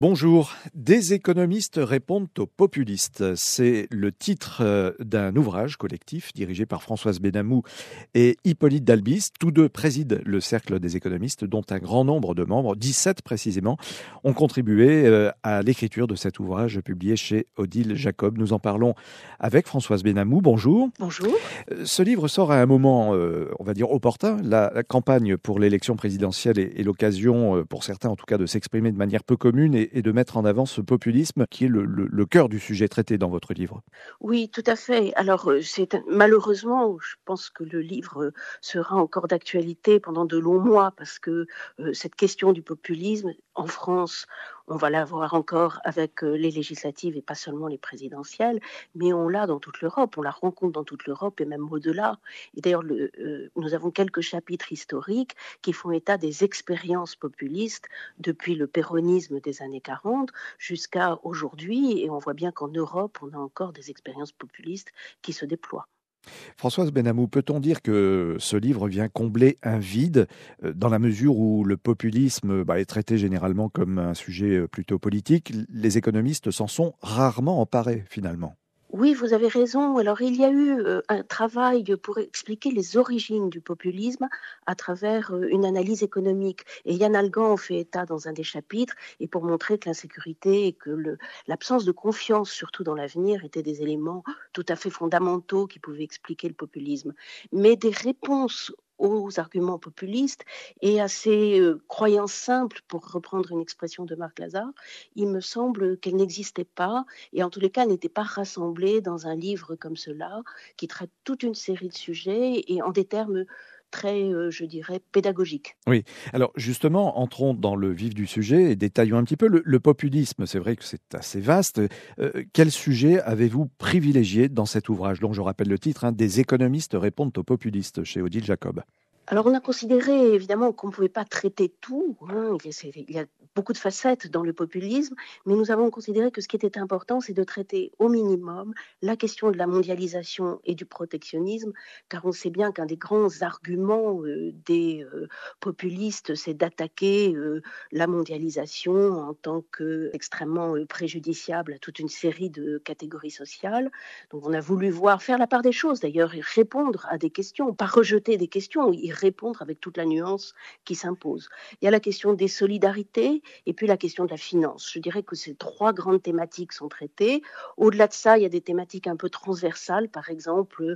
Bonjour, des économistes répondent aux populistes. C'est le titre d'un ouvrage collectif dirigé par Françoise Benamou et Hippolyte Dalbis. Tous deux président le Cercle des économistes, dont un grand nombre de membres, 17 précisément, ont contribué à l'écriture de cet ouvrage publié chez Odile Jacob. Nous en parlons avec Françoise Benamou. Bonjour. Bonjour. Ce livre sort à un moment, on va dire, opportun. La campagne pour l'élection présidentielle est l'occasion, pour certains en tout cas, de s'exprimer de manière peu commune et de mettre en avant ce populisme qui est le cœur du sujet traité dans votre livre. Oui, tout à fait. Alors, malheureusement, je pense que le livre sera encore d'actualité pendant de longs mois parce que cette question du populisme, en France, on va la voir encore avec les législatives et pas seulement les présidentielles, mais on l'a dans toute l'Europe, on la rencontre dans toute l'Europe et même au-delà. Et d'ailleurs, nous avons quelques chapitres historiques qui font état des expériences populistes depuis le péronisme des années 40 jusqu'à aujourd'hui. Et on voit bien qu'en Europe, on a encore des expériences populistes qui se déploient. Françoise Benamou, peut-on dire que ce livre vient combler un vide dans la mesure où le populisme est traité généralement comme un sujet plutôt politique? Les économistes s'en sont rarement emparés finalement. Oui, vous avez raison. Alors, il y a eu un travail pour expliquer les origines du populisme à travers une analyse économique. Et Yann Algan en fait état dans un des chapitres, et pour montrer que l'insécurité et que l'absence de confiance, surtout dans l'avenir, étaient des éléments tout à fait fondamentaux qui pouvaient expliquer le populisme. Mais des réponses aux arguments populistes et à ces croyances simples, pour reprendre une expression de Marc Lazare, il me semble qu'elles n'existaient pas et en tous les cas n'étaient pas rassemblées dans un livre comme cela qui traite toute une série de sujets et en des termes très, je dirais, pédagogiques. Oui, alors justement, entrons dans le vif du sujet et détaillons un petit peu le populisme. C'est vrai que c'est assez vaste. Quel sujet avez-vous privilégié dans cet ouvrage dont je rappelle le titre, Des économistes répondent aux populistes chez Odile Jacob? Alors, on a considéré évidemment qu'on ne pouvait pas traiter tout, il y a beaucoup de facettes dans le populisme, mais nous avons considéré que ce qui était important, c'est de traiter au minimum la question de la mondialisation et du protectionnisme, car on sait bien qu'un des grands arguments des populistes, c'est d'attaquer la mondialisation en tant qu'extrêmement préjudiciable à toute une série de catégories sociales. Donc on a voulu faire la part des choses d'ailleurs, et répondre à des questions, pas rejeter des questions, y répondre avec toute la nuance qui s'impose. Il y a la question des solidarités et puis la question de la finance. Je dirais que ces trois grandes thématiques sont traitées. Au-delà de ça, il y a des thématiques un peu transversales, par exemple,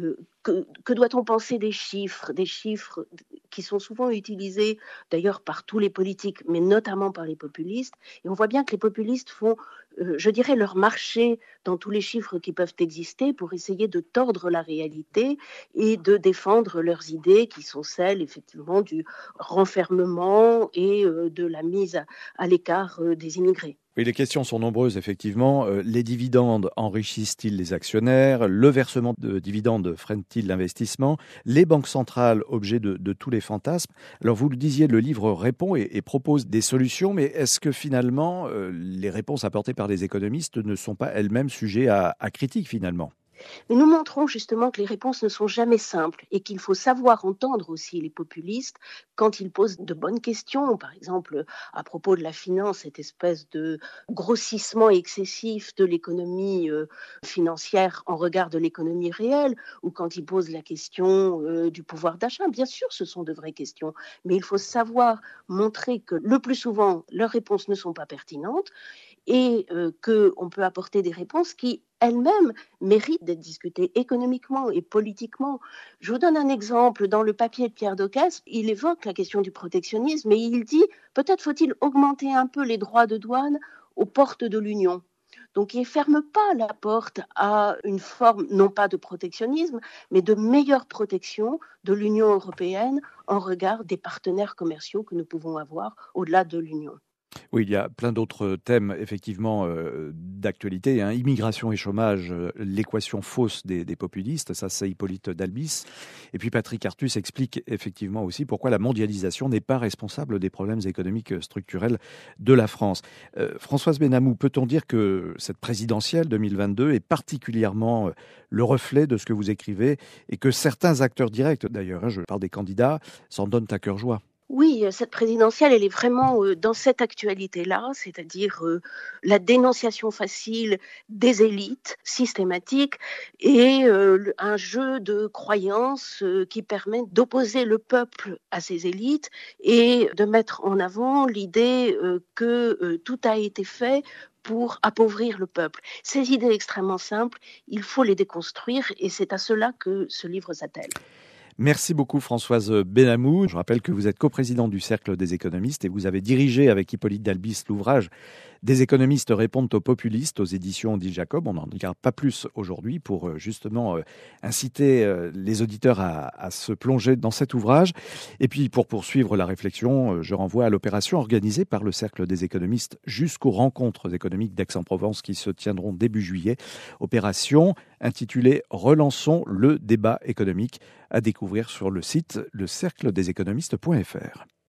que doit-on penser des chiffres qui sont souvent utilisés d'ailleurs par tous les politiques, mais notamment par les populistes. Et on voit bien que les populistes font, je dirais, leur marché dans tous les chiffres qui peuvent exister pour essayer de tordre la réalité et de défendre leurs idées qui sont celles effectivement du renfermement et de la mise à l'écart des immigrés. Oui, les questions sont nombreuses, effectivement. Les dividendes enrichissent-ils les actionnaires? Le versement de dividendes freine-t-il l'investissement? Les banques centrales, objet de tous les fantasmes. Alors, vous le disiez, le livre répond et propose des solutions, mais est-ce que finalement, les réponses apportées par les économistes ne sont pas elles-mêmes sujets à critique, finalement? Mais nous montrons justement que les réponses ne sont jamais simples et qu'il faut savoir entendre aussi les populistes quand ils posent de bonnes questions, par exemple à propos de la finance, cette espèce de grossissement excessif de l'économie financière en regard de l'économie réelle, ou quand ils posent la question du pouvoir d'achat. Bien sûr, ce sont de vraies questions, mais il faut savoir montrer que le plus souvent, leurs réponses ne sont pas pertinentes et qu'on peut apporter des réponses qui elles-mêmes méritent d'être discutées économiquement et politiquement. Je vous donne un exemple. Dans le papier de Pierre Dockès, il évoque la question du protectionnisme et il dit peut-être faut-il augmenter un peu les droits de douane aux portes de l'Union. Donc, il ne ferme pas la porte à une forme, non pas de protectionnisme, mais de meilleure protection de l'Union européenne en regard des partenaires commerciaux que nous pouvons avoir au-delà de l'Union. Oui, il y a plein d'autres thèmes, effectivement, d'actualité. Immigration et chômage, l'équation fausse des populistes, ça c'est Hippolyte Dalbis. Et puis Patrick Artus explique effectivement aussi pourquoi la mondialisation n'est pas responsable des problèmes économiques structurels de la France. Françoise Benamou, peut-on dire que cette présidentielle 2022 est particulièrement le reflet de ce que vous écrivez et que certains acteurs directs, d'ailleurs, je parle des candidats, s'en donnent à cœur joie? Oui, cette présidentielle, elle est vraiment, dans cette actualité-là, c'est-à-dire, la dénonciation facile des élites systématiques et le un jeu de croyances, qui permet d'opposer le peuple à ces élites et de mettre en avant l'idée, que, tout a été fait pour appauvrir le peuple. Ces idées extrêmement simples, il faut les déconstruire et c'est à cela que ce livre s'attelle. Merci beaucoup Françoise Benamou. Je rappelle que vous êtes coprésidente du Cercle des économistes et vous avez dirigé avec Hippolyte Dalbis l'ouvrage Des économistes répondent aux populistes aux éditions Odile Jacob. On n'en dira pas plus aujourd'hui pour justement inciter les auditeurs à se plonger dans cet ouvrage. Et puis pour poursuivre la réflexion, je renvoie à l'opération organisée par le Cercle des économistes jusqu'aux rencontres économiques d'Aix-en-Provence qui se tiendront début juillet. Opération intitulée Relançons le débat économique, à découvrir sur le site lecercledeséconomistes.fr.